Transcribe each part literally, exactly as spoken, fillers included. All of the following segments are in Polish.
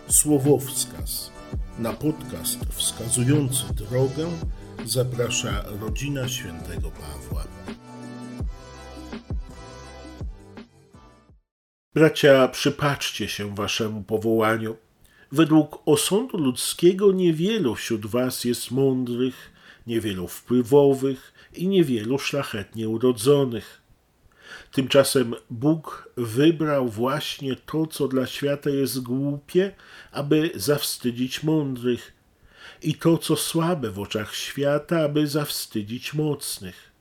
Słowowskaz. Na podcast wskazujący drogę zaprasza rodzina świętego Pawła. Bracia, przypatrzcie się waszemu powołaniu. Według osądu ludzkiego niewielu wśród was jest mądrych, niewielu wpływowych i niewielu szlachetnie urodzonych. Tymczasem Bóg wybrał właśnie to, co dla świata jest głupie, aby zawstydzić mądrych, i to, co słabe w oczach świata, aby zawstydzić mocnych.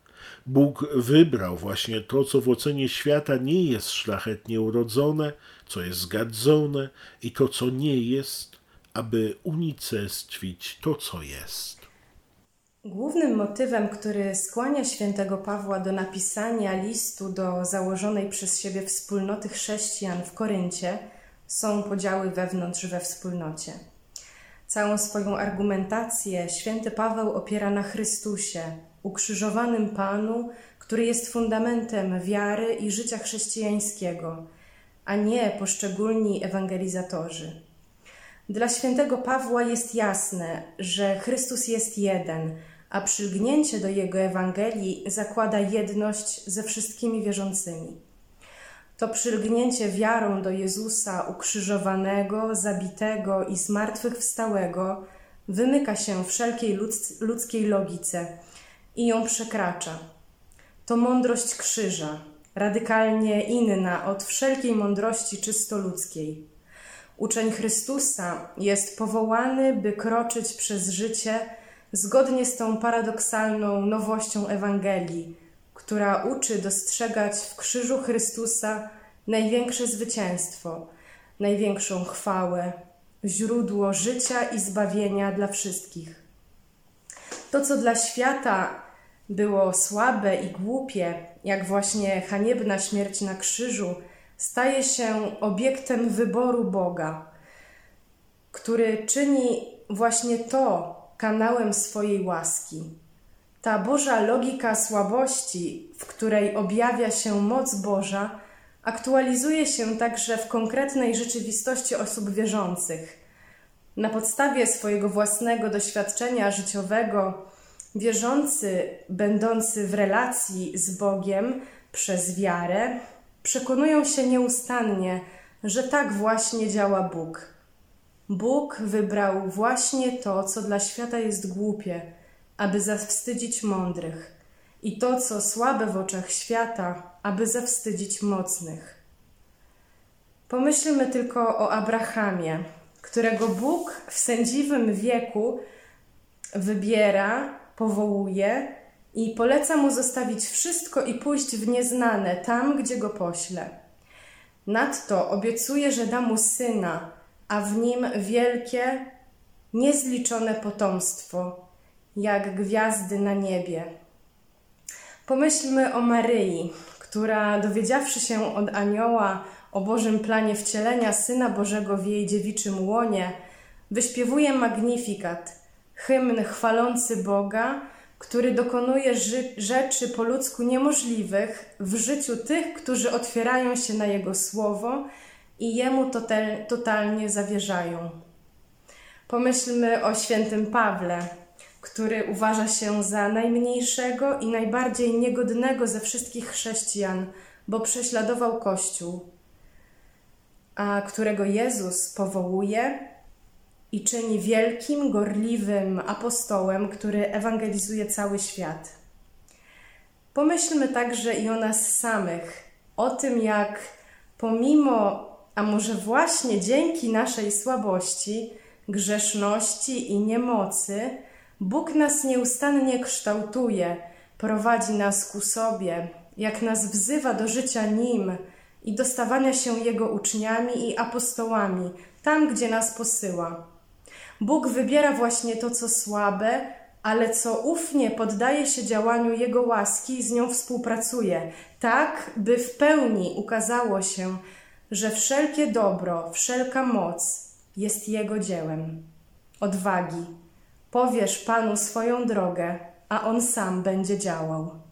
Bóg wybrał właśnie to, co w ocenie świata nie jest szlachetnie urodzone, co jest gadzone, i to, co nie jest, aby unicestwić to, co jest. Głównym motywem, który skłania świętego Pawła do napisania listu do założonej przez siebie wspólnoty chrześcijan w Koryncie, są podziały wewnątrz we wspólnocie. Całą swoją argumentację święty Paweł opiera na Chrystusie, ukrzyżowanym Panu, który jest fundamentem wiary i życia chrześcijańskiego, a nie poszczególni ewangelizatorzy. Dla świętego Pawła jest jasne, że Chrystus jest jeden, a przylgnięcie do Jego Ewangelii zakłada jedność ze wszystkimi wierzącymi. To przylgnięcie wiarą do Jezusa ukrzyżowanego, zabitego i zmartwychwstałego wymyka się wszelkiej ludz- ludzkiej logice i ją przekracza. To mądrość krzyża, radykalnie inna od wszelkiej mądrości czysto ludzkiej. Uczeń Chrystusa jest powołany, by kroczyć przez życie zgodnie z tą paradoksalną nowością Ewangelii, która uczy dostrzegać w krzyżu Chrystusa największe zwycięstwo, największą chwałę, źródło życia i zbawienia dla wszystkich. To, co dla świata było słabe i głupie, jak właśnie haniebna śmierć na krzyżu, staje się obiektem wyboru Boga, który czyni właśnie to kanałem swojej łaski. Ta Boża logika słabości, w której objawia się moc Boża, aktualizuje się także w konkretnej rzeczywistości osób wierzących. Na podstawie swojego własnego doświadczenia życiowego wierzący, będący w relacji z Bogiem przez wiarę, przekonują się nieustannie, że tak właśnie działa Bóg. Bóg wybrał właśnie to, co dla świata jest głupie, aby zawstydzić mądrych, i to, co słabe w oczach świata, aby zawstydzić mocnych. Pomyślmy tylko o Abrahamie, którego Bóg w sędziwym wieku wybiera, powołuje i poleca mu zostawić wszystko i pójść w nieznane, tam, gdzie go pośle. Nadto obiecuje, że da mu syna, a w nim wielkie, niezliczone potomstwo, jak gwiazdy na niebie. Pomyślmy o Maryi, która, dowiedziawszy się od anioła o Bożym planie wcielenia Syna Bożego w jej dziewiczym łonie, wyśpiewuje Magnifikat, hymn chwalący Boga, który dokonuje ży- rzeczy po ludzku niemożliwych w życiu tych, którzy otwierają się na Jego słowo i Jemu total- totalnie zawierzają. Pomyślmy o świętym Pawle, który uważa się za najmniejszego i najbardziej niegodnego ze wszystkich chrześcijan, bo prześladował Kościół, a którego Jezus powołuje i czyni wielkim, gorliwym apostołem, który ewangelizuje cały świat. Pomyślmy także i o nas samych, o tym, jak pomimo, a może właśnie dzięki naszej słabości, grzeszności i niemocy, Bóg nas nieustannie kształtuje, prowadzi nas ku sobie, jak nas wzywa do życia Nim i do stawania się Jego uczniami i apostołami, tam, gdzie nas posyła. Bóg wybiera właśnie to, co słabe, ale co ufnie poddaje się działaniu Jego łaski i z nią współpracuje, tak, by w pełni ukazało się, że wszelkie dobro, wszelka moc jest Jego dziełem. Odwagi. Powierz Panu swoją drogę, a On sam będzie działał.